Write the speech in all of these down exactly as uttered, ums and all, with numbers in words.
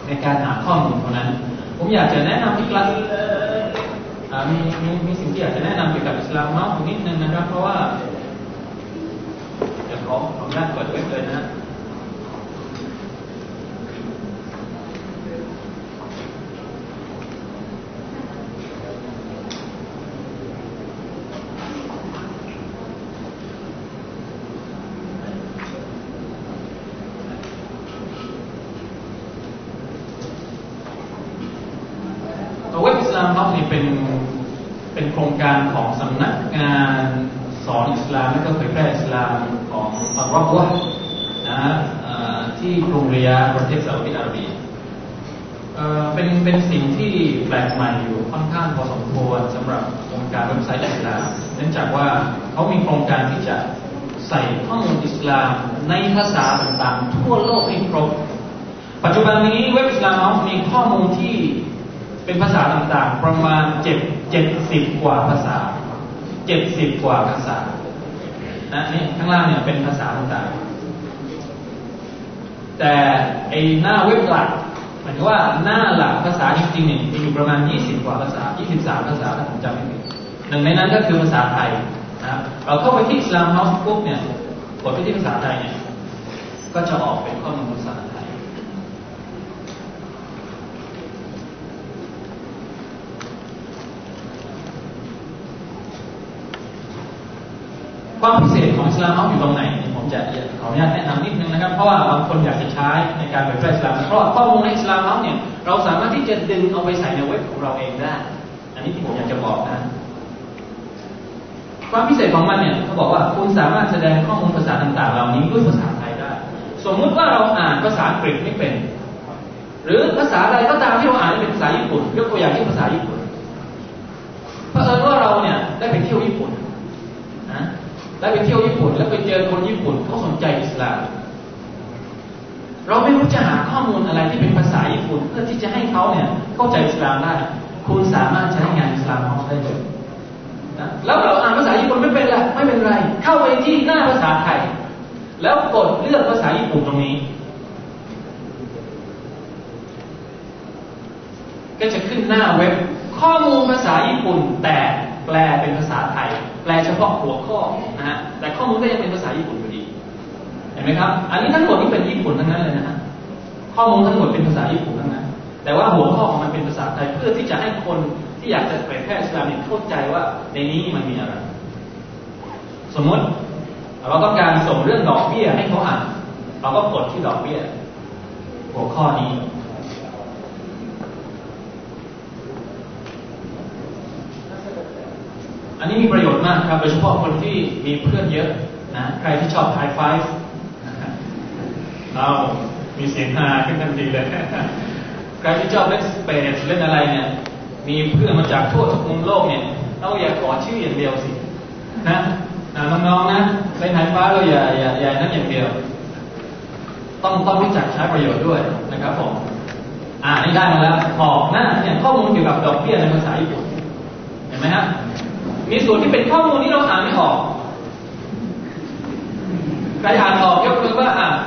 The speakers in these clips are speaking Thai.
ในการหาข้อมูลเท่านั้นผมอยากจะแนะนำอีกครั้งมีมีมีสิ่งที่อยากจะแนะนำเกี่ยวกับอิสลามมากนิดนึงนะครับเพราะว่าเดี๋ยวขอขออนุญาตเปิดเว็บเลยนะเว็บอิสลามล็อกนี่เป็นเป็นโครงการของสำนักงานสอนอิสลามและก็เผยแพร่อิสลามของอัลลอฮ์นะที่กรุงริยาดประเทศซาอุดิอาระเบียเป็นเป็นสิ่งที่แปลกใหม่อยู่ค่อนข้างพอสมควรสำหรับโครงการเว็บไซต์อิสลามเนื่องจากว่าเขามีโครงการที่จะใส่ข้อมูลอิสลามในภาษาต่างๆทั่วโลกให้ครบปัจจุบันนี้เว็บอิสลามล็อกมีข้อมูลที่เป็นภาษาต่างๆประมาณเจ็ดเจ็ดสิบกว่าภาษาเจ็ดสิบกว่าภาษานะนี่ข้างล่างเนี่ยเป็นภาษาต่างๆแต่ไอหน้าเว็บหลักหมายถึงว่าหน้าหลักภาษาจริงๆเนี่ยมีอยู่ประมาณยี่สิบกว่าภาษายี่สิบสามภาษาถ้าผมจำไม่ผิดหนึ่งในนั้นก็คือภาษาไทยนะครับเราเข้าไปที่อิสลามเฮาส์ปุ๊บเนี่ยกดไปที่ภาษาไทยเนี่ยก็จะออกเป็นข้อมูลภาษาไทยความพิเศษของอิสลามอยู่ตรงไหนผมจะขออนุญาตแนะนำนิดนึงนะครับเพราะว่าบางคนอยากจะใช้ในการเผยแพร่อิสลามเพราะข้อมูลในอิสลามเนี่ยเราสามารถที่จะดึงเอาไปใส่ในเว็บของเราเองได้อันนี้ที่ผมอยากจะบอกนะความพิเศษของมันเนี่ยเขาบอกว่าคุณสามารถแสดงข้อมูลภาษาต่างๆเหล่านี้ด้วยภาษาไทยได้สมมุติว่าเราอ่านภาษาอังกฤษไม่เป็นหรือภาษาใดก็ตามที่เราอ่านเป็นภาษาญี่ปุ่นยกตัวอย่างที่ภาษาญี่ปุ่นเผอิญว่าเราเนี่ยได้ไปเที่ยวญี่ปุ่นนะได้ไปเที่ยวญี่ปุ่นแล้วไปเจอคนญี่ปุ่นเขาสนใจอิสลามเราไม่รู้จะหาข้อมูลอะไรที่เป็นภาษาญี่ปุ่นเพื่อที่จะให้เขาเนี่ยเข้าใจอิสลามได้คุณสามารถใช้งานอิสลามของได้เลยนะแล้วเราอ่านภาษาญี่ปุ่นไม่เป็นไรไม่เป็นไรเข้าไปที่หน้าภาษาไทยแล้วกดเลือกภาษาญี่ปุ่นตรงนี้ก็จะขึ้นหน้าเว็บข้อมูลภาษาญี่ปุ่นแต่แปลเป็นภาษาไทยแปลเฉพาะหัวข้อนะฮะแต่ข้อมูลก็ยังเป็นภาษาญี่ปุ่นอยู่ดีเห็นไหมครับอันนี้ทั้งหมดนี่เป็นญี่ปุ่นทั้งนั้นเลยนะฮะข้อมูลทั้งหมดเป็นภาษาญี่ปุ่นทั้งนั้นแต่ว่าหัวข้อของมันเป็นภาษาไทยเพื่อที่จะให้คนที่อยากจะเผยแพร่อิสลามเข้าใจว่าในนี้มันมีอะไรสมมติเราต้องการส่งเรื่องดอกเบี้ยให้เขาอ่านเราก็กดที่ดอกเบี้ยหัวข้อนี้อันนี้มีประโยชน์มากครับโดยเฉพาะคนที่มีเพื่อนเยอะนะใครที่ชอบไฮไฟฟ์เรามีเสียงฮาขึ้นทันทีเลยใครที่ชอบเล่นสเปซเล่นอะไรเนี่ยมีเพื่อนมาจากทั่วทุกมุมโลกเนี่ยเราอย่าขอชื่ออย่างเดียวสินะน้องๆนะเล่นไฮไฟฟ์เราอย่าอย่าอย่านั่นอย่างเดียวต้องต้องรู้จักใช้ประโยชน์ด้วยนะครับผมอ่านี่ได้มาแล้วออกหน้าเนี่ยข้อมูลเกี่ยวกับดอกเบี้ยในภาษาญี่ปุ่นเห็นไหมครับมีส่วนที่เป็นข้อมูลที่เราอ่านไม่ออกใครอ่านออกยกมือว่าอ่าน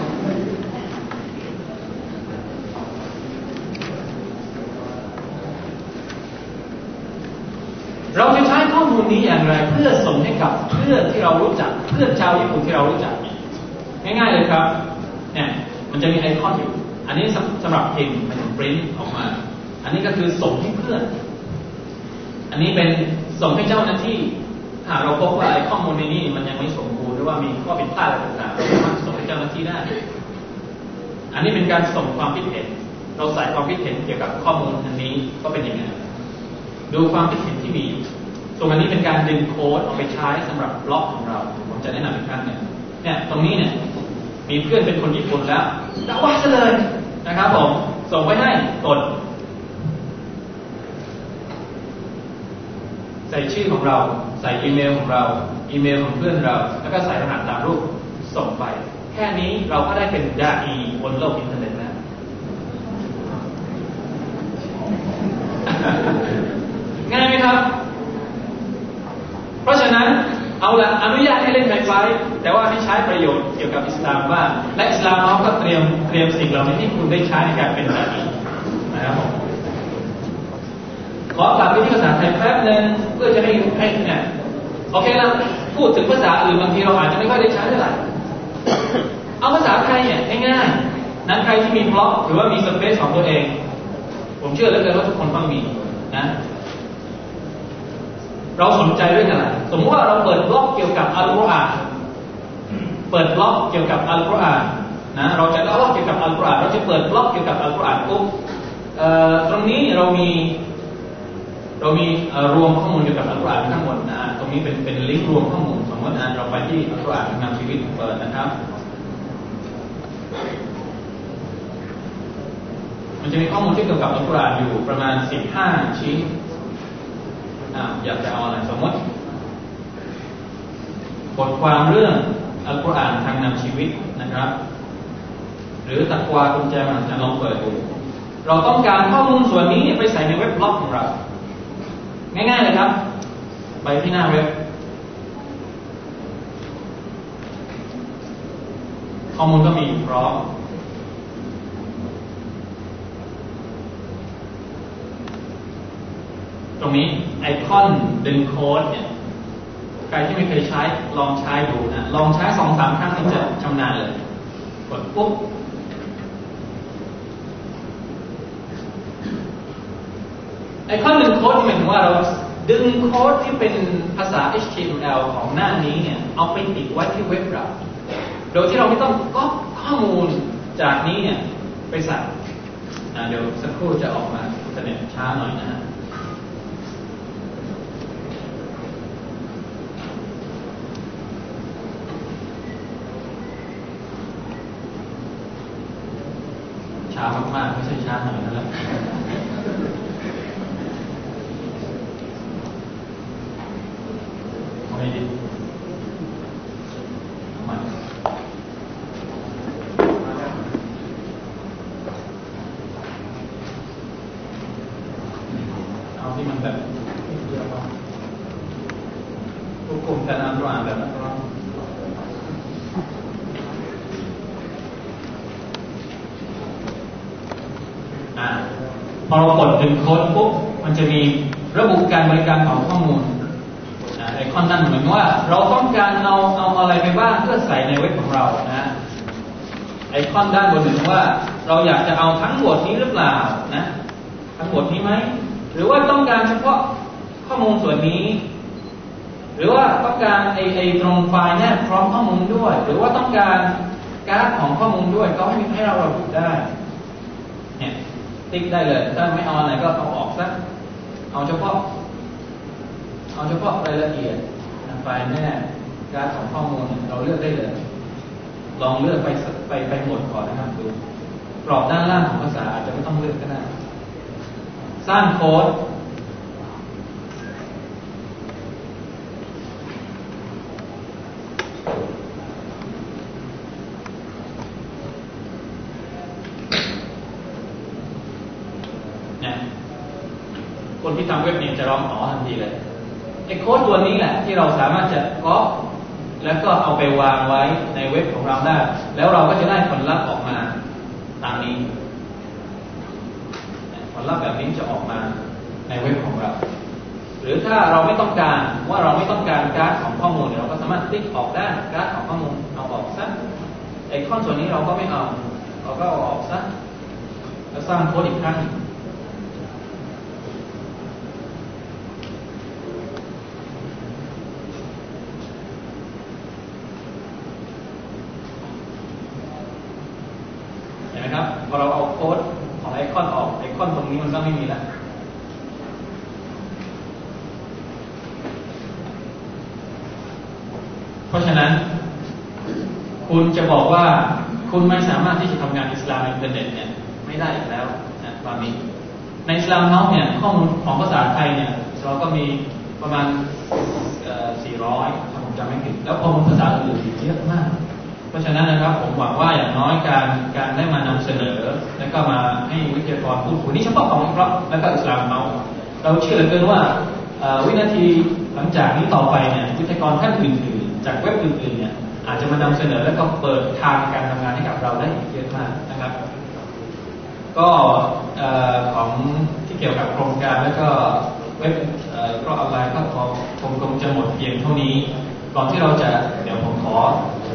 เราจะใช้ข้อมูลนี้อย่างไรเพื่อส่งให้กับเพื่อนที่เรารู้จักเพื่อนชาวญี่ปุ่นที่เรารู้จักง่ายๆเลยครับเนี่ยมันจะมีไอคอนอยู่อันนี้สำหรับพิมพ์เป็นปริ้นออกมาอันนี้ก็คือส่งให้เพื่อนอันนี้เป็นส่งให้เจ้าหน้าที่หากเราพบว่าไอ้ข้อมูลในนี้มันยังไม่สมบูรณ์หรือว่ามีข้อผิดพลาดอะไรต่างๆเราสามารถส่งให้เจ้าหน้าที่ได้อันนี้เป็นการส่งความคิดเห็นเราใส่ความคิดเห็นเกี่ยวกับข้อมูลอันนี้ก็เป็นยังไงดูความคิดเห็นที่มีตรงอันนี้เป็นการดึงโค้ดเอาไปใช้สำหรับบล็อกของเราผมจะแนะนำอีกครั้งหนึ่งเนี่ยตรงนี้เนี่ยมีเพื่อนเป็นคนญี่ปุ่นแล้วด่าว่าซะเลยนะครับผมส่งไปให้กดใส่ชื่อของเราใส่อีเมลของเราอีเมลของเพื่อนเราแล้วก็ใส่รหัสตามรูปส่งไปแค่นี้เราก็ได้เป็นดาอีบนโลกอินเทอร์เน็ตแล้วง่ายไหมครับเพราะฉะนั้นเอาละอนุญาตให้เล่นไฮไฟว์แต่ว่าให้ใช้ประโยชน์เกี่ยวกับอิสลามว่าและอิสลามเขาก็เตรียมเตรียมสิ่งเหล่านี้ที่คุณได้ใช้ในการเป็นแบบนี้นะครับผมขอกลับไปที่ภาษาไทยแป๊บนึงเพื่อจะให้ให้เนี่ยโอเคแล้วพูดถึงภาษาอื่นบางทีเราอาจจะไม่ค่อยได้ใช้เท่าไหร่เอาภาษาไทยเนี่ยง่ายๆนั้นใครที่มีบล็อกหรือว่ามีสเปซของตัวเองผมเชื่อเหลือเกินว่าทุกคนต้องมีนะเราสนใจเรื่องอะไรสมมติว่าเราเปิดบล็อกเกี่ยวกับอัลกุรอานเปิดบล็อกเกี่ยวกับอัลกุรอานนะเราจะเล่าเกี่ยวกับอัลกุรอานเราจะเปิดบล็อกเกี่ยวกับอัลกุรอานปุ๊บตรงนี้เรามีเรามีรวมข้อมูลเกี่ยวกับอัลกุรอานทั้งหมดนะตรงนี้เป็นเป็นลิงก์รวมข้อมูลสมมตินะเราไปที่อัลกุรอานนำชีวิตเปิดนะครับมันจะมีข้อมูลที่เกี่ยวกับอัลกุรอานอยู่ประมาณสิบห้าชิ้นอยากจะเอาอะไรสมมติบทความเรื่องอัลกุรอานทางนำชีวิตนะครับหรือตักวากุญแจมหาจะลองเปิดดูเราต้องการข้อมูลส่วนนี้ไปใส่ในเว็บบล็อกของเราง่ายๆเลยครับไปที่หน้าเว็บข้อมูลก็มีพร้อมตรงนี้ไอคอนดึงโค้ดเนี่ยใครที่ไม่เคยใช้ลองใช้ดูนะลองใช้สองสามครั้งนี่จะชำนาญเลยกดปุ๊บไอคอนดึงโค้ดหมายถึงว่าเราดึงโค้ดที่เป็นภาษา เอช ที เอ็ม แอล ของหน้านี้เนี่ยเอาไปติดไว้ที่เว็บเราโดยที่เราไม่ต้องก๊อปข้อมูลจากนี้เนี่ยไปใส่เดี๋ยวสักครู่จะออกมาจะเน็ตช้าหน่อยนะฮะช้ามากๆไม่ใช่ช้าหน่อยนั่นแหละไม่ดีมันเอาที่มันแบบเดียวว่าควบคุมการอ่านอ่านแบบนั้นพอเรากดดึงโค้ดปุ๊บมันจะมีระบุการบริการของข้อมูลไอคอนนั่นเหมือนว่าเราต้องการเอาเอาอะไรไปบ้างเพื่อใส่ในเว็บของเรานะไอคอนด้านบนเหมือนว่าเราอยากจะเอาทั้งบทนี้หรือเปล่านะทั้งบทนี้ไหมหรือว่าต้องการเฉพาะข้อมูลส่วนนี้หรือว่าต้องการไอไอตรงไฟล์แนบพร้อมข้อมูลด้วยหรือว่าต้องการการ์ดของข้อมูลด้วยก็ให้ให้เราระบุได้เนี่ยติ๊กได้เลยถ้าไม่เอาอะไรก็เอาออกซะเอาเฉพาะเอาเฉพาะรายละเอียดไฟล์แนบการ์ดของข้อมูลเราเลือกได้เลยลองเลือกไปไปไปหมดก่อนนะครับดูกรอบด้านล่างของภาษาอาจจะไม่ต้องเลือกก็ได้สร้างโค้ดคนที่ทำเว็บนี้จะร้องอ๋อทันทีเลยไอ้โค้ดตัวนี้แหละที่เราสามารถจะก๊อปแล้วก็เอาไปวางไว้ในเว็บของเราได้แล้วเราก็จะได้ผลลัพธ์ออกมาตามนี้ผลลัพธ์แบบนี้จะออกมาในเว็บของเราหรือถ้าเราไม่ต้องการว่าเราไม่ต้องการการ์ดของข้อมูลเราก็สามารถคลิกออกได้การ์ดของข้อมูลเอาออกซะไอ้ข้อส่วนนี้เราก็ไม่เอาเราก็เอาออกซะแล้วสร้างโค้ดอีกครั้งนะครับพอเราเอาโค้ดของไอคอนออกไอคอนตรงนี้มันก็ไม่มีแล้วเพราะฉะนั้นคุณจะบอกว่าคุณไม่สามารถที่จะทำงานอิสลามในอินเทอร์เน็ตเนี่ยไม่ได้อีกแล้วนะตอนนี้ในอิสลามเนาะเนี่ยข้อมูลของภาษาไทยเนี่ยเราก็มีประมาณสี่ร้อยถ้าผมจำไม่ผิดแล้วข้อมูลภาษาอื่นเยอะมากเพราะฉะนั้นนะครับผมหวังว่าอย่างน้อยการการได้มานำเสนอและก็มาให้วิทยากรพูดคุยนี่เฉพาะของอิสลามและก็อิสลามเราเราเชื่อเหลือเกินว่าวินาทีหลังจากนี้ต่อไปเนี่ยวิทยากรท่านอื่นๆจากเว็บอื่นๆเนี่ยอาจจะมานำเสนอแล้วก็เปิดทางการทำงานให้กับเราได้เยอะมากนะครับก็ของที่เกี่ยวกับโครงการแล้วก็เว็บก็ออนไลน์ก็คงคงจะหมดเพียงเท่านี้ก่อนที่เราจะเดี๋ยวผมขอ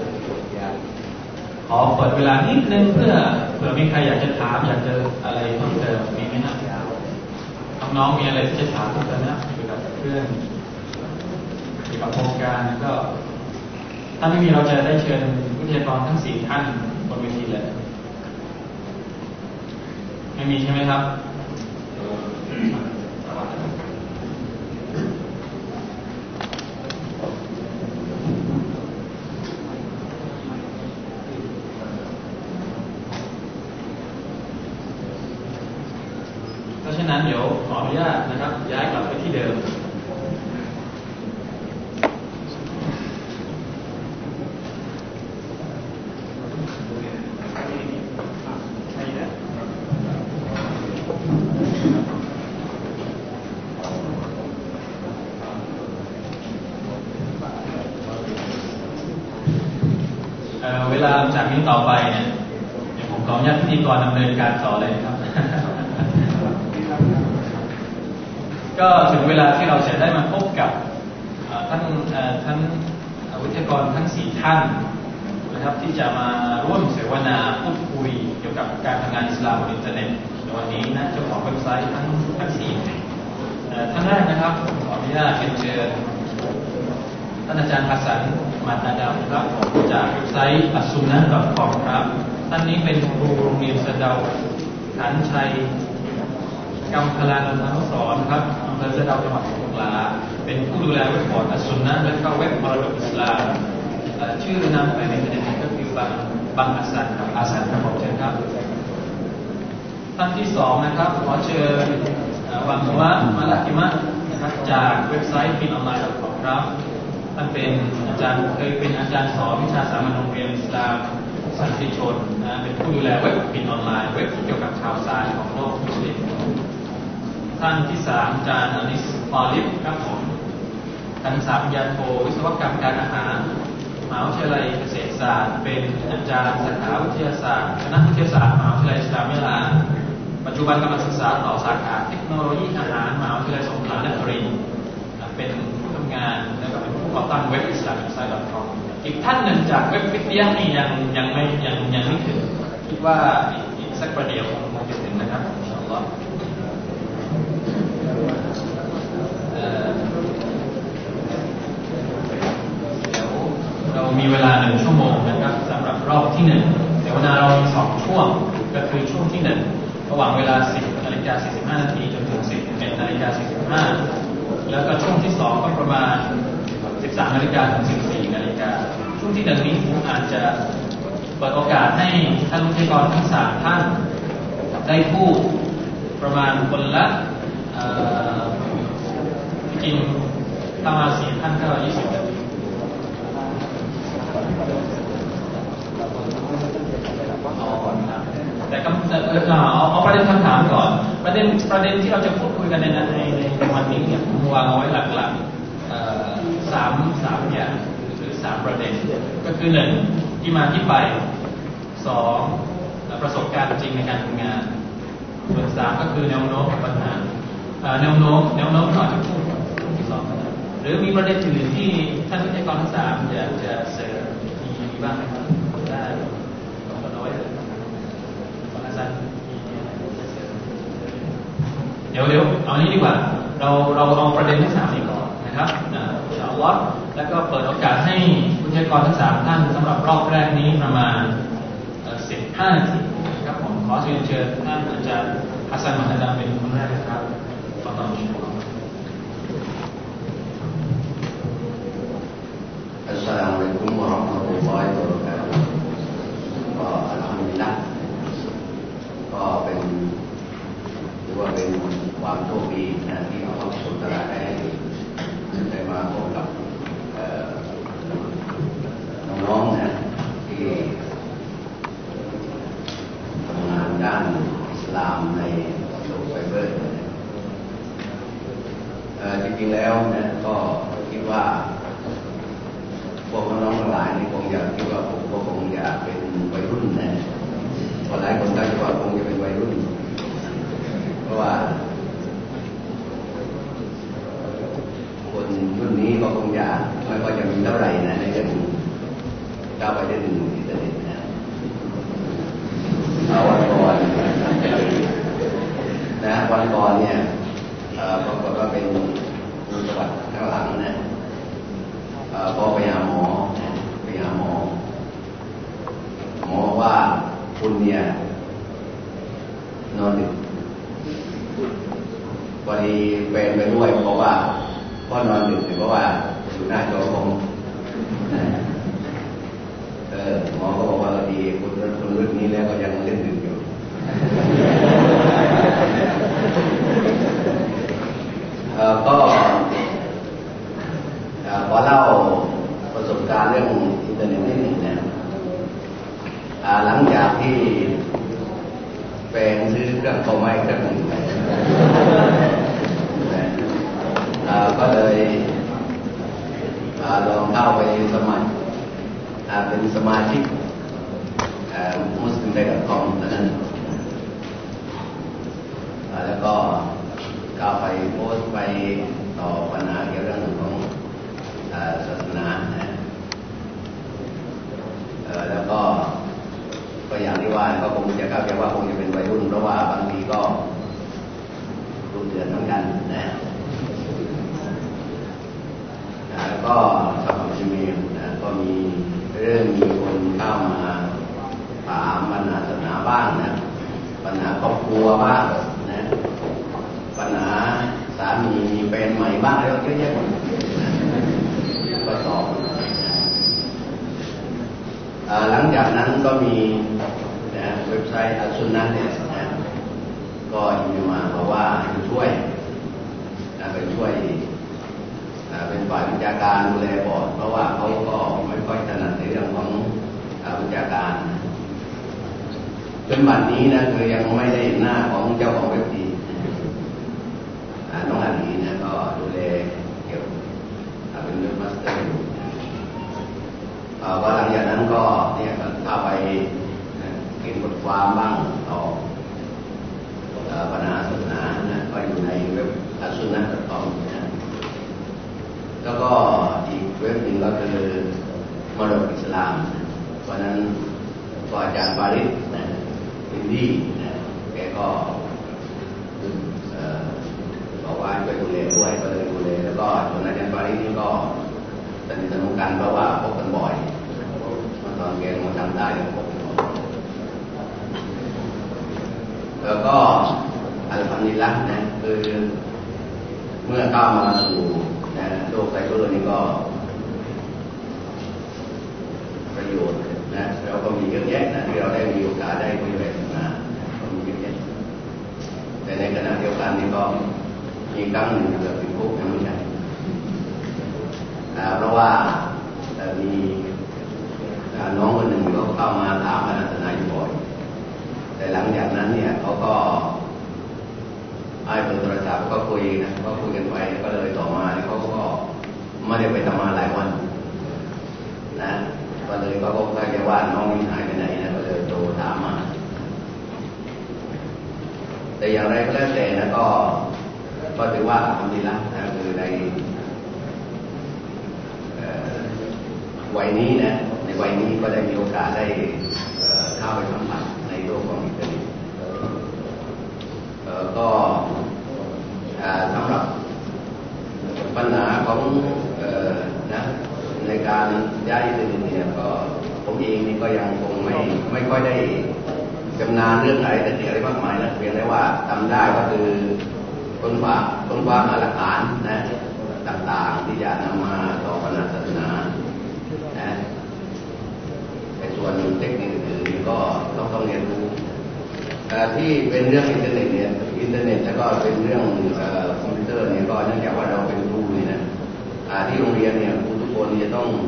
ขอเปิดเวลานิดนึงเพื่อเผื่อมีใครอยากจะถามอยากจะอะไรเพิ่มเติมมีไหมนะน้องๆมีอะไรที่จะถามเพิ่มเติมนะเกี่ยวกับเรื่องเกี่ยวกับโครงการก็ถ้าไม่มีเราจะได้เชิญวิทยากรทั้งสี่ท่านบนเวทีเลยไม่มีใช่ไหมครับเพราะฉะนั้นเดี๋ยวขออนุญาตนะครับย้ายกลับไปที่เดิมเวลาจากนี้ต่อไปเนี่ยเดี๋ยวผมขออนุญาตพิธีกรดำเนินการต่อเลยครับ ก็ถึงเวลาที่เราจะได้มาพบกับท่านท่านวิทยากรทั้งสี่ท่านนะครับที่จะมาร่วมเสวนาพูดคุยเกี่ยวกับการทำงานอิสลามบนอินเทอร์เน็ตในวันนี้นะเจ้าของเว็บไซต์ทั้งทั้งสี่ท่านแรกนะครับขออนุญาตเป็นเชิญท่านอาจารย์ฮัสซันมาตาดาวครับจากเว็บไซต์อัสซุนนะห์ ดอท คอม ครับท่านนี้เป็นครูโรงเรียนสะเดาฐานชัยกำพลานุสรณ์ครับอำเภอสะเดาจังหวัดสงขลาเป็นผู้ดูแลเว็บบอร์ดอัสซุนนะห์และก็เว็บมรดกอิสลามชื่อนามในอินเทอร์เน็ตก็คือบังบังอัสซันครับอาซันครับผมเชิญครับท่านที่สองนะครับขอเชิญวังวะมาลากิมะนะครับจากเว็บไซต์ ฟิน ออนไลน์ ดอท คอม ครับท่านเป็นอาจารย์เคยเป็นอาจารย์สอนวิชาสามัญโรงเรียนอิสลามสันติชนนะเป็นผู้ดูแลเว็บ ฟิน ออนไลน์เว็บเกี่ยวกับข่าวสารของโลกมุสลิมท่านที่สามอาจารย์อนิสปอลิฟครับผมการศึกษาปริญญาโทวิศวกรรมการอาหารมหาวิทยาลัยเกษตรศาสตร์เป็นอาจารย์สาขาวิทยาศาสตร์คณะวิทยาศาสตร์มหาวิทยาลัยอิสลามยะลาปัจจุบันกำลังศึกษาต่อสาขาเทคโนโลยีอาหารมหาวิทยาลัยสงขลานครินทร์เป็นผู้ทำงานและก็เป็นผู้ก่อตั้งเว็บ อิสลาม ไซต์ ดอท คอม อีกท่านหนึ่งจากเว็บฟิตเนียนี่ยังยังไม่ยังยังไม่ถึงคิดว่าอีกสักประเดี๋ยวคงจะถึงนะครับอินชาอัลลอฮ์เดี๋ยวเรามีเวลาหนึ่งชั่วโมงนะครับสำหรับรอบที่หนึ่งเดี๋ยววันเรามีสองช่วงก็คือช่วงที่หนึ่งระหว่างเวลาสิบนาฬิกาสี่สิบห้านาทีจนถึงสิบเอ็ดนาฬิกาสี่สิบห้าแล้วก็ช่วงที่สองก็ประมาณสิบสามนาฬิกาถึงสิบสี่นาฬิกาช่วงที่หนึ่งนี้ผมอาจจะเปิดโอกาสให้ท่านวิทยากรทั้งสามท่านได้พูดประมาณคนละจริงถ้ามาสี่ท่านก็ยี่สิบนาทีแต่ก็เอาเอาประเด็นคำถามก่อนประเด็นประเด็นที่เราจะพูดคุยกันในในในวันนี้เนี่ยผมวางเอาไว้หลักๆสามสามอย่างหรือสามประเด็นก็คือหนึ่งที่มาที่ไปสองประสบการณ์จริงในการทำงานส่วนสามก็คือแนวโน้มปัญหาแนวโน้มแนวโน้มที่อาจจะพูดช่วงที่สองนะหรือมีประเด็นอื่นที่ท่านวิทยากรทั้งสามอยากจะเสริมมีบ้างไหมครับได้ลองกันเอาไว้เลยเดี๋ยวเดี๋ยวเอานี้ดีกว่าเราเราเอาประเด็นที่สามนี้ก่อนนะครับอินชาอัลลอฮ์แล้วก็เปิดโอกาสให้วิทยากรทั้งสามท่านสำหรับรอบแรกนี้ประมาณสิบห้านาทีครับผมขอเชิญเชิญท่านอาจารย์ฮัสซัน มาตาดาวเป็นคนแรกครับขอต้อนรับอัสสลามุอะลัยกุมวะเราะห์มะตุลลอฮิวะบะเราะกาตุฮ์ก็อัลฮัมดุลิลละห์ก็เป็นถือว่าเป็นความโชคดีนะที่อัลเลาะห์ซุบฮานะฮูวะตะอาลาได้ได้มาพบกับน้องๆนะที่ทำงานด้านอิสลามในโลกไซเบอร์จริงๆแล้วนะก็คิดว่าพวกน้องๆทั้งหลายนี่คงอยากคิดว่าผมก็คงอยากเป็นวัยรุ่นนะพอหลายคนก็คิดว่าคงจะเป็นวัยรุ่นเพราะว่าคนรุ่นนี้ก็คงจะไม่ค่อยจะมีเท่าไหร่นะในเรื่องก้าวไปได้ถึงอินเทอร์เน็ตนะเอาวันก่อนนะวันก่อนเนี่ยปรากฏว่าเป็นประวัติข้างหลังนะพอไปหาหมอไปหาหมอหมอว่าคุณเนี่ยนอนดึกพอดีแฟนไปด้วยเพราะว่าก็นอนดึกเพราะว่าอยู่หน้าจอคอมเออหมอก็บอกว่าดีคุณคุณรุ่นนี้แล้วก็ยังเล่นดึกอยู่เออก็ขอเล่าประสบการณ์เรื่องอินเทอร์เน็ตนิดหนึ่งนะหลังจากที่แฟนซื้อเครื่องคอมไม้เครื่องหนึ่งก็เลยลองเข้าไปสมัครเป็นสมาชิกมุสลิมไทย .com นั้นแล้วก็เข้าไปโพสต์ไปต่อปัญหาเกี่ยวกับเรื่องของศาสนานะแล้วก็ก็อย่างที่ว่าก็คงจะเข้าใจว่าคงจะเป็นวัยรุ่นเพราะว่าบางทีก็รุ่นเดือนเหมือนกันนะแล้วก็สำหรับจิมมี่นะก็มีเรื่องมีคนเข้ามาถามปัญหาศาสนาบ้างนะปัญหาครอบครัวบ้างนะปัญหาสามีมีแฟนใหม่บ้างแล้วเยอะแยะหมดก็ตอบหลังจากนั้นก็มีนะเว็บไซต์อัลซุนนะเนี่ยนะก็มีมาบอกว่าจะช่วยนะไปช่วยเป็นฝ่ายวิชาการดูแลบอร์ดเพราะว่าเขาก็ไม่ค่อยถนัดในเรื่องของวิชาการจนบัดนี้นะคือยังไม่ได้หน้าของเจ้าของเว็บดีน้องอาลีนะก็ดูแลเกี่ยวเป็นเว็บมาสเตอร์อยู่ก็หลังจากนั้นก็เนี่ยเข้าไปเขียนบทความบ้างต่อปัญหาศาสนานะก็อยู่ในเว็บอัลซุนนะดอทคอมนะแล้วก็อีกเว็บหนึ่งก็คือมรดกอิสลามเพราะนั้นก็อาจารย์ปาริสนะอินดี้นะแกก็บอกว่าช่วยดูแลด้วยก็เลยดูแลแล้วก็ส่วนอาจารย์ปาริสนี่ก็สนิทสนมกันเพราะว่าพบกันบ่อยตอนแกมาทำได้ก็พบกันบ่อยแล้วก็อัลฮัมดุลิลละห์นะคือเมื่อเข้ามาสู่นะโลกไซเบอร์นี่ก็ประโยชน์นะเราก็มีเยอะแยะนะที่เราได้มีโอกาสได้คุยแบบนะก็มีเยอะแยะแต่ในขณะเดียวกันนี่ก็มีครั้งหนึ่งเกิดเป็นคุกนะไม่ใช่เพราะว่ามีน้องคนหนึ่งก็เข้ามาถามปัญหาศาสนาอยู่บ่อยแต่หลังจากนั้นเนี่ยเขาก็ไอ้เบอร์โทรศัพท์ก็คุยนะก็คุยกันไปก็เลยต่อมาเขาก็ไม่ได้ไปทำงานหลายวันนะก็เลยเขาก็เข้าใจว่าน้องนี่หายไปไหนนะก็เลยโทรถามมาแต่อย่างไรก็แล้วแต่นะก็ก็ถือว่าทำดีละนะคือในวัยนี้นะในวัยนี้ก็ได้มีโอกาสได้เข้าไปสัมผัสในโลกของอินเทอร์เน็ตก็สำหรับปัญหาของนะในการย้ายอินเทอร์เน็ตเนี่ยก็ผมเองนี่ก็ยังคงไม่ไม่ค่อยได้ชำนาญเรื่องอะไรแต่อะไรมากมายนะเพียงแต่ว่าทำได้ก็คือค้นคว้าค้นคว้าหาหลักฐานนะต่างๆที่จะนำมาต่อปัญหาศาสนานะในส่วนเทคนิคอื่นๆก็ต้องต้องเรียนรู้ที่เป็นเรื่องอินเทอร์เน็ตเนี่ยอินเทอร์เน็ตแล้วก็เป็นเรื่องคอมพิวเตอร์เนี่ยก็เนื่องจากว่าเราเป็นครูนี่นะที่โรงเรียนเนี่ยครูทุกคนจะต้อง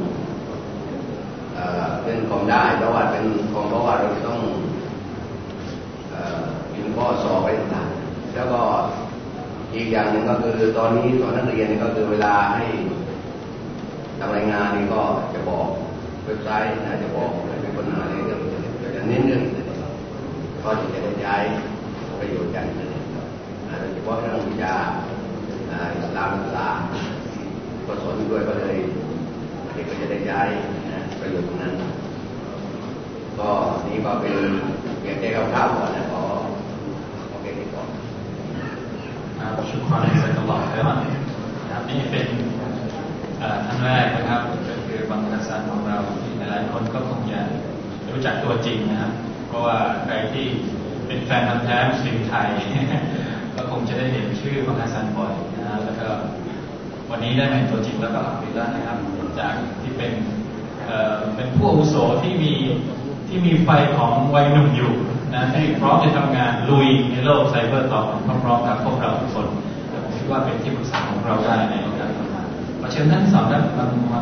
เป็นคอมได้เพราะว่าเป็นคอมเพราะว่าเราต้องมีข้อสอบไปต่างๆแล้วก็อีกอย่างหนึ่งก็คือตอนนี้สอนนักเรียนนี่ก็คือเวลาให้ทางรายงานนี้ก็จะบอกเว็บไซต์นะจะบอกเป็นปัญหาในเรื่องจะเน้นเรื่องก็จะได้ย้ายประโยชน์จากอินเทอร์เน็ตโดยเฉพาะเรื่องวิชาอิสลามศาสตร์ก็สอนด้วยก็เลยเด็กก็จะได้ย้ายประโยชน์ตรงนั้นก็นี่ก็เป็นเพียงแค่คร่าวๆก่อนนะขอโอเคดีก่อนชุดความในใจตลอดเลยนะครับนี่เป็นท่านแรกนะครับก็คือบางทัศน์ของเราที่หลายคนก็คงจะรู้จักตัวจริงนะครับเพราะว่าใครที่เป็นแฟนพันธุ์แท้มุสลิมไทยก็คงจะได้เห็นชื่อบางทัศน์บ่อยนะแล้วก็วันนี้ได้เห็นตัวจริงแล้วก็อัลฮัมดุลิลละห์นะครับจากที่เป็นเป็นผู้อาวุโสที่มีที่มีไฟของวัยหนุ่มอยู่นะที่พร้อมจะทำงานลุยในโลกไซเบอร์ต่อพร้อมๆกับพวกเราทุกคนผมคิดว่าเป็นที่ปรึกษาของเราได้ในโอกาสต่อมาขอเชิญท่านสองท่านมามา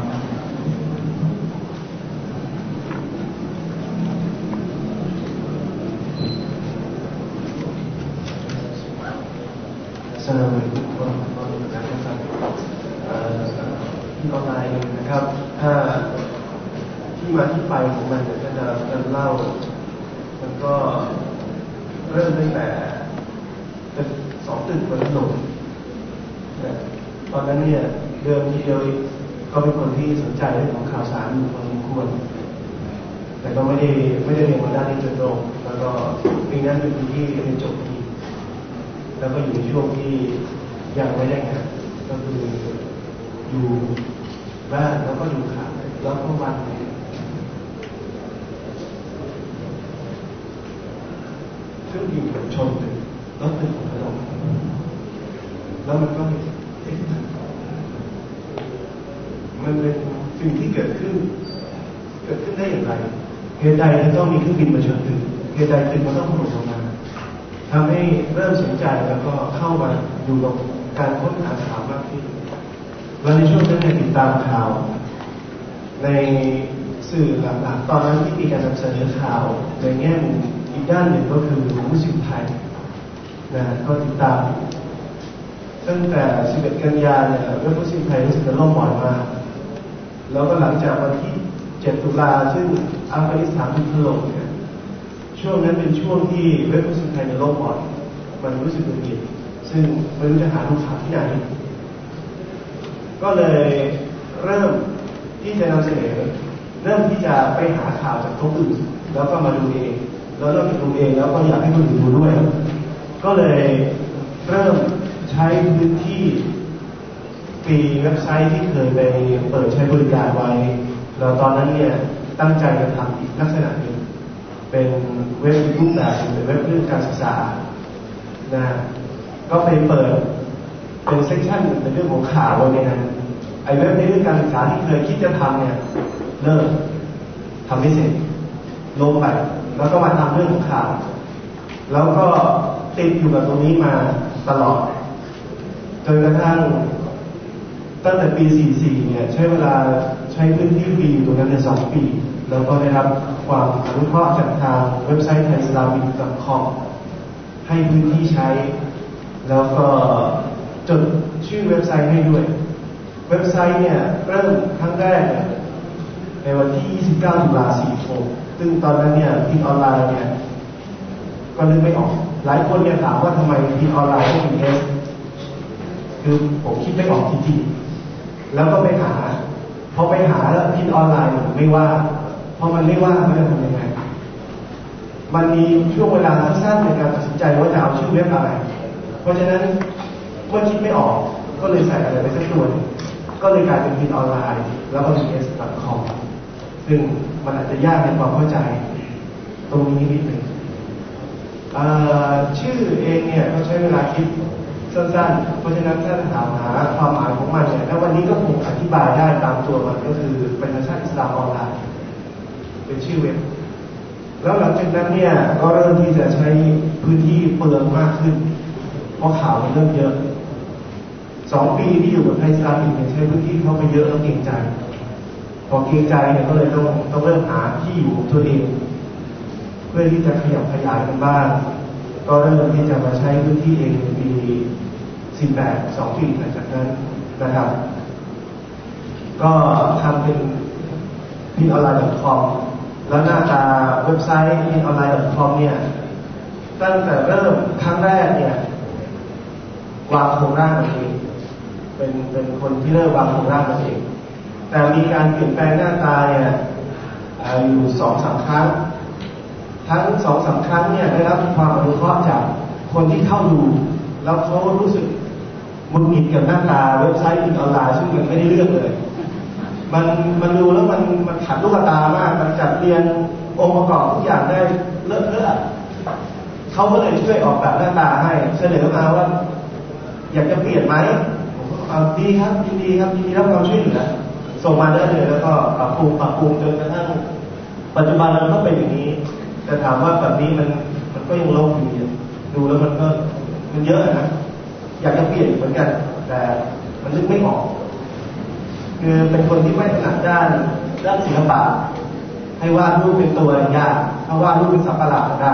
สำหรับทุกคนก็มีการทำที่ออนไลน์นะครับถ้าที่มาที่ไปของมันเนี่ยก็จะจะเล่ามันก็เริ่มตั้งแต่เป็นสองตึกบนถนนตอนนั้นเนี่ยเดิมทีเดียวก็เป็นคนที่สนใจเรื่องของข่าวสารอยู่พอสมควรแต่ก็ไม่ได้ไม่ได้เรียนมาด้านนี้โดยตรงแล้วก็ปีนั้นเป็นปีที่เรียนจบดีแล้วก็อยู่ในช่วงที่ยังไม่ได้งานก็คืออยู่บ้านแล้วก็ดูข่าวแล้วก็วันเครื่องบินชนรถเป็นของเราแล้วมันก็มันเป็นสิ่งที่เกิดขึ้นเกิดขึ้นได้อย่างไรเหตุใดจะต้องมีเครื่องบินมาชนตึกเหตุใดตึกมันต้องถล่มลงมาทำให้เริ่มสนใจแล้วก็เข้ามาอยู่กับการค้นหาข่าวมากขึ้นและในช่วงนั้นติดตามข่าวในสื่อหลักๆตอนนั้นที่มีการนำเสนอข่าวในแง่มุมอีกด้านหนึ่งก็คือมุสลิมไทยนะก็ติดตามตั้งแต่สิบเอ็ดกันยายนเนี่ยเรื่องมุสลิมไทยรู้สึกจะล่มบ่อยมากแล้วก็หลังจากวันที่เจ็ดตุลาซึ่งอัฟกานิสถานถูกถล่มเนี่ยช่วงนั้นเป็นช่วงที่เว็บมุสลิมไทยในโลกบ่อยมันรู้สึกเป็นผิดซึ่งไม่รู้จะหาดูข่าวที่ไหนก็เลยเริ่มที่จะนำเสนอเริ่มที่จะไปหาข่าวจากคนอื่นแล้วก็มาดูเองแล้วเราดูเองแล้วก็อยากให้คนอื่นดูด้วยก็เลยเริ่มใช้พื้นที่ปีเว็บไซต์ที่เคยไปเปิดใช้บริการไว้แล้วตอนนั้นเนี่ยตั้งใจจะทำอีกลักษณะหนึ่งเป็นเว็บรูปแบบเป็นเว็บเรื่องการศึกษานะก็ไปเปิดเป็นเซกชันเป็นเรื่องของข่าวไว้ในนั้นไอ้เว็บในเรื่องการศึกษาที่เคยคิดจะทำเนี่ยเลิกทำไม่เสร็จลงไปแล้วก็มาทำเรื่องของข่าวแล้วก็ติดอยู่กับตรงนี้มาตลอดจนกระทั่งตั้งแต่ปีสี่สิบสี่เนี่ยใช้เวลาใช้พื้นที่ฟรีอยู่ตรงนั้นในสองปีแล้วก็ได้รับความอนุเคราะห์จากทางเว็บไซต์ไทยอิสลามิก ดอท คอม ให้พื้นที่ใช้แล้วก็จดชื่อเว็บไซต์ให้ด้วยเว็บไซต์เนี่ยเริ่มครั้งแรกเนี่ยในวันที่ยี่สิบเก้าตุลาสี่สิบหกซึ่งตอนนั้นเนี่ยพิมพ์ออนไลน์เนี่ยก็นึกไม่ออกหลายคนเนี่ยถามว่าทำไมพิมพ์ออนไลน์ต้องเป็นเอสคือผมคิดไม่ออกจริงๆแล้วก็ไปหาพอไปหาแล้วพิมพ์ออนไลน์ไม่ว่าพอมันไม่ว่ามันจะทำยังไงมันมีช่วงเวลาสั้นในการตัดสินใจว่าจะเอาชื่อเว็บอะไรเพราะฉะนั้นเมื่อคิดไม่ออกก็เลยใส่อะไรไปสักตัวนึงก็เลยกลายเป็นพิมพ์ออนไลน์แล้วก็ เอส ดอท คอม ซึ่งมันอาจจะยากในความเข้าใจตรงนี้นิดหนึ่งชื่อเองเนี่ยก็ใช้เวลาคิดสั้นๆเพราะฉะนั้นถ้าถามหาความหมายของมันเนี่ยแล้ววันนี้ก็คงอธิบายได้ตามตัวมันก็คือเป็นชาติอิสลามออนไลน์เป็นชื่อเว็บแล้วหลังจากนั้นเนี่ยก็เริ่มที่จะใช้พื้นที่เปลืองมากขึ้นเพราะข่าวมันเริ่มเยอะสองปีที่อยู่กับไทยอิสลามิกเนี่ยใช้พื้นที่เข้าไปเยอะแล้วเกรงใจพอเกรงใจเนี่ยก็เลยต้องต้องเริ่มหาที่อยู่ของตัวเองเพื่อที่จะขยับขยายกันบ้างก็เริ่มที่จะมาใช้พื้นที่เองในปีสี่สิบแปด สองปีหลังจากนั้นนะครับก็ทำเป็น พินออนไลน์ ดอท คอม แล้วหน้าตาเว็บไซต์ พินออนไลน์ ดอท คอม เนี่ยตั้งแต่เริ่มครั้งแรกเนี่ยวางโครงร่างมาเองเป็นเป็นคนที่เริ่มวางโครงร่างมาเองแต่มีการเปลี่ยนแปลงหน้าตาเนี่ยอยู่สองสามครั้งทั้งสองสามครั้งเนี่ยได้รับความอนุเคราะห์จากคนที่เข้าดูแล้วเขารู้สึกหงุดหงิดกับหน้าตาเว็บไซต์พินออนไลน์ซึ่งมันไม่ได้เลือกเลยมันมันดูแล้วมันมันขัดลูกตามากมันจัดเรียนองค์ประกอบทุกอย่างได้เลอะเทอะเขาก็เลยช่วยออกแบบหน้าตาให้เสนอมาว่าอยากจะเปลี่ยนไหมผมก็เอาดีครับยินดีครับยินดีรับความช่วยเหลือส่งมาได้เลยแล้วก็ปรับปรุงปรับปรุงจนกระทั่งปัจจุบันมันก็เป็นอย่างนี้แต่ถามว่าแบบนี้มันมันก็ยังโล่งอยู่ดูแล้วมันก็มันเยอะนะอยากจะเปลี่ยนเหมือนกันแต่มันนึกไม่ออกคือเป็นคนที่ไม่ถนัดด้านด้านศิลปะให้วาดรูปเป็นตัวยากถ้าวาดรูปเป็นสัตว์ประหลาดได้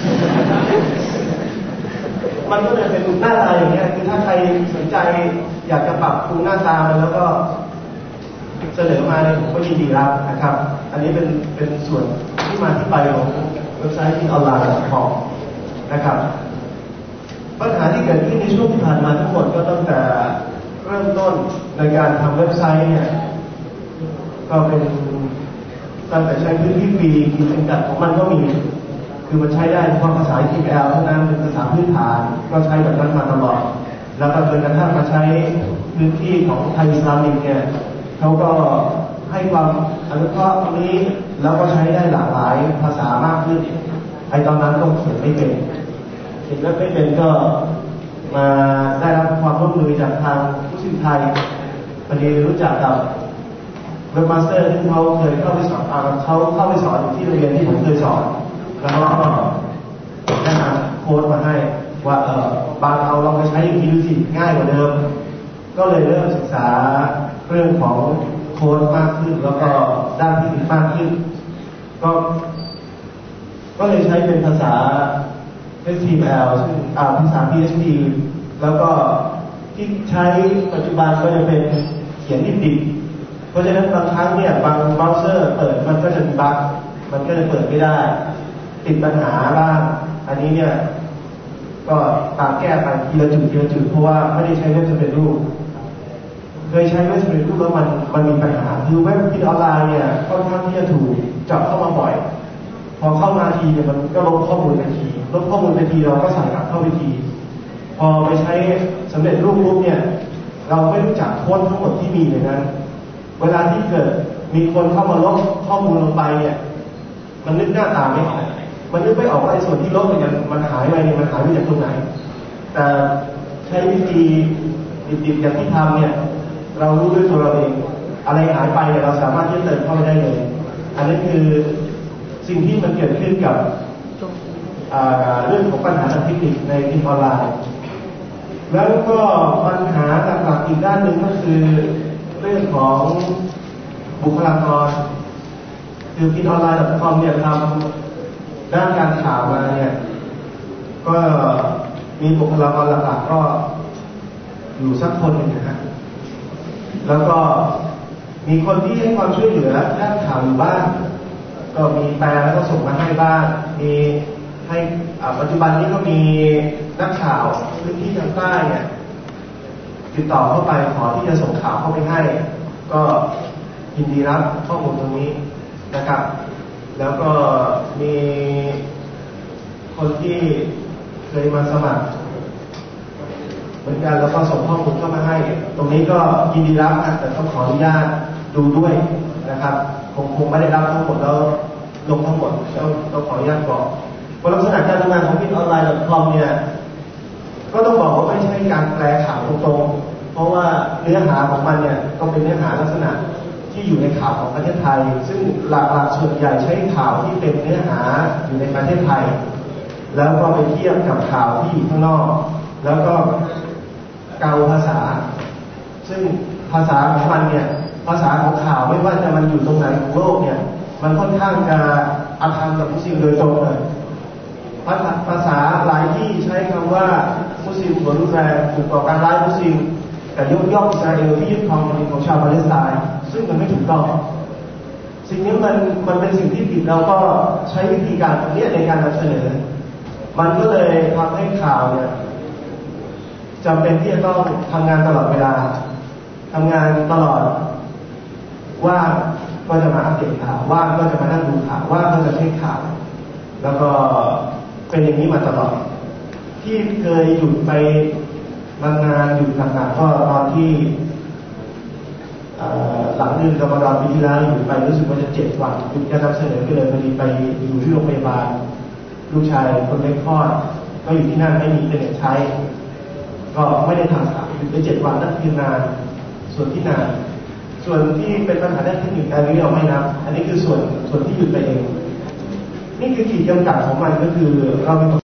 มันก็เลยเป็นหน้าตาอย่างเงี้ยคือถ้าใครสนใจอยากจะปรับปรุงหน้าตามันแล้วก็เสนอมาเนี่ยผมก็ยินดีรับนะครับอันนี้เป็นเป็นส่วนที่มาที่ไปของเว็บไซต์ที่ออนไลน์ของนะครับปัญหาที่เกิดขึ้นในช่วงที่ผ่านมาทั้งหมดก็ตั้งแต่เริ่มต้นในการทำเว็บไซต์เนี่ยก็เป็นตั้งแต่ใช้พื้นที่ฟรีขีดจำกัดของมันก็มีคือมันใช้ได้เฉพาะภาษา เอช ที เอ็ม แอล เท่านั้นเป็นภาษาพื้นฐานก็ใช้แบบนั้นมาตลอดแล้วก็จนกระทั่งมาใช้พื้นที่ของไทยอิสลามิกเนี่ยเขาก็ให้ความอนุเคราะห์ตรงนี้แล้วก็ใช้ได้หลากหลายภาษามากขึ้นไอ้ตอนนั้นก็เขียนไม่เป็นเขียนไม่เป็นก็มาได้รับความร่วมมือจากทางผู้สินไทยพอดีรู้จักกับเว็บมาสเตอร์ที่เขาเคยเข้าไปสอนเขาเข้าไปสอนอยู่ที่โรงเรียนที่ผมเคยสอนแล้วก็ได้นำโค้ดมาให้ว่าเออบางเอาลองไปใช้อย่างนี้ดูสิง่ายกว่าเดิมก็เลยเริ่มศึกษาเรื่องของโค้ดมากขึ้นแล้วก็ด้านเทคนิคมากขึ้นก็ก็เลยใช้เป็นภาษา เอช ที เอ็ม แอล ซึ่งอ่าภาษา พี เอช พี แล้วก็ที่ใช้ปัจจุบันก็จะเป็นเขียนดิบๆเพราะฉะนั้นบางครั้งเนี่ยบางเบราว์เซอร์เปิดมันก็จะมีบั๊กมันก็จะเปิดไม่ได้ติดปัญหาบ้างอันนี้เนี่ยก็ตามแก้ไปทีละจุดทีละจุดเพราะว่าไม่ได้ใช้เว็บสำเร็จรูปเคยใช้เว็บสำเร็จรูปแล้วมันมันมีปัญหาคือเว็บพินออนไลน์เนี่ยค่อนข้างที่จะถูกจับเข้ามาบ่อยพอเข้ามาทีเนี่ยมันก็ลบข้อมูลทันทีลบข้อมูลทันทีเราก็ใส่กลับเข้าไปทีพอไปใช้สำเร็จรูปปุ๊บเนี่ยเราไม่รู้จักโค้ดทั้งหมดที่มีในนั้นเวลาที่เกิดมีคนเข้ามาลบข้อมูลลงไปเนี่ยมันนึกหน้าตาไม่ออกมันนึกไม่ออกว่าไอ้ส่วนที่ลบเนี่ยมันหายไปเนี่ยมันหายไปจากตรงไหนแต่ใช้วิธีดิบๆอย่างที่ทำเนี่ยเรารู้ด้วยตัวเราเองอะไรหายไปเนี่ยเราสามารถที่จะเติมเข้าไปได้เลยอันนี้คือสิ่งที่มันเกิดขึ้นกับเรื่องของปัญหาทางเทคนิคในพินออนไลน์แล้วก็ปัญหาหลักๆอีกด้านหนึ่งก็คือเรื่องของบุคลากรคือพินออนไลน์ ดอท คอม เนี่ยทำด้านการข่าวมาเนี่ยก็มีบุคลากรหลักๆก็อยู่สักคนหนึ่งนะฮะแล้วก็มีคนที่ให้ความช่วยเหลือด้านข่าวอยู่บ้างก็มีแปลแล้วก็ส่งมาให้บ้างมีให้ปัจจุบันนี้ก็มีนักข่าวพื้นที่ทางใต้เนี่ยติดต่อเข้าไปขอที่จะส่งข่าวเข้าไปให้ก็ยินดีรับข้อมูลตรงนี้นะครับแล้วก็มีคนที่เคยมาสมัครเหมือนกันแล้วก็ส่งข้อมูลเข้ามาให้ตรงนี้ก็ยินดีรับนะแต่ต้องขออนุญาตดูด้วยนะครับคงคงไม่ได้รับทั้งหมดแล้วลงทั้งหมดต้องต้องขออนุญาตบอกลักษณะการทำงานของพินออนไลน์ ดอท คอม เนี่ยก็ต้องบอกว่าไม่ใช่การแปลข่าวตรงๆเพราะว่าเนื้อหาของมันเนี่ยก็เป็นเนื้อหาลักษณะที่อยู่ในข่าวของประเทศไทยซึ่งหลักๆส่วนใหญ่ใช้ข่าวที่เป็นเนื้อหาอยู่ในประเทศไทยแล้วก็ไปเทียบกับข่าวที่อยู่ข้างนอกแล้วก็เกาภาษาซึ่งภาษาของมันเนี่ยภาษาของข่าวไม่ว่าจะมันอยู่ตรงไหนของโลกเนี่ยมันค่อนข้างจะอาธรรมกับมุสลิมโดยตรงเลยภาษาหลายที่ใช้คำว่ามุสลิมหัวรุนแรงถูกก่อการร้ายมุสลิมแต่ยกย่องอิสราเอลที่ยึดครองแผ่นดินของชาวปาเลสไตน์ซึ่งมันไม่ถูกต้องสิ่งนี้มันมันเป็นสิ่งที่ผิดเราก็ใช้วิธีการตรงนี้ในการนำเสนอมันก็เลยทำให้ข่าวเนี่ยจำเป็นที่จะต้องทำงานตลอดเวลาทำงานตลอดว่างก็จะมาอัปเดตข่าวว่างก็จะมานั่งดูข่าวว่างก็จะเช็คข่าวแล้วก็เป็นอย่างนี้มาตลอดที่เคยหยุดไปบางงานหยุดหนักๆก็ตอนที่หลังเดือนกรกฎาคมปีที่แล้วหยุดไปรู้สึกว่าจะเจ็ดวันหยุดการนำเสนอก็เลยพอดีไปอยู่ที่โรงพยาบาลลูกชายคนเล็กคลอดก็อยู่ที่นั่นไม่มีอินเทอร์เน็ตใช้ก็ไม่ได้ทำข่าวหยุดไปเจ็ดวันนั่นคืองานส่วนที่นานส่วนที่เป็นปัญหาด้านเทคนิคอันนี้เราไม่นับอันนี้คือส่วนส่วนที่หยุดไปเองนี่คือขีดจำกัดของมันก็คือเรา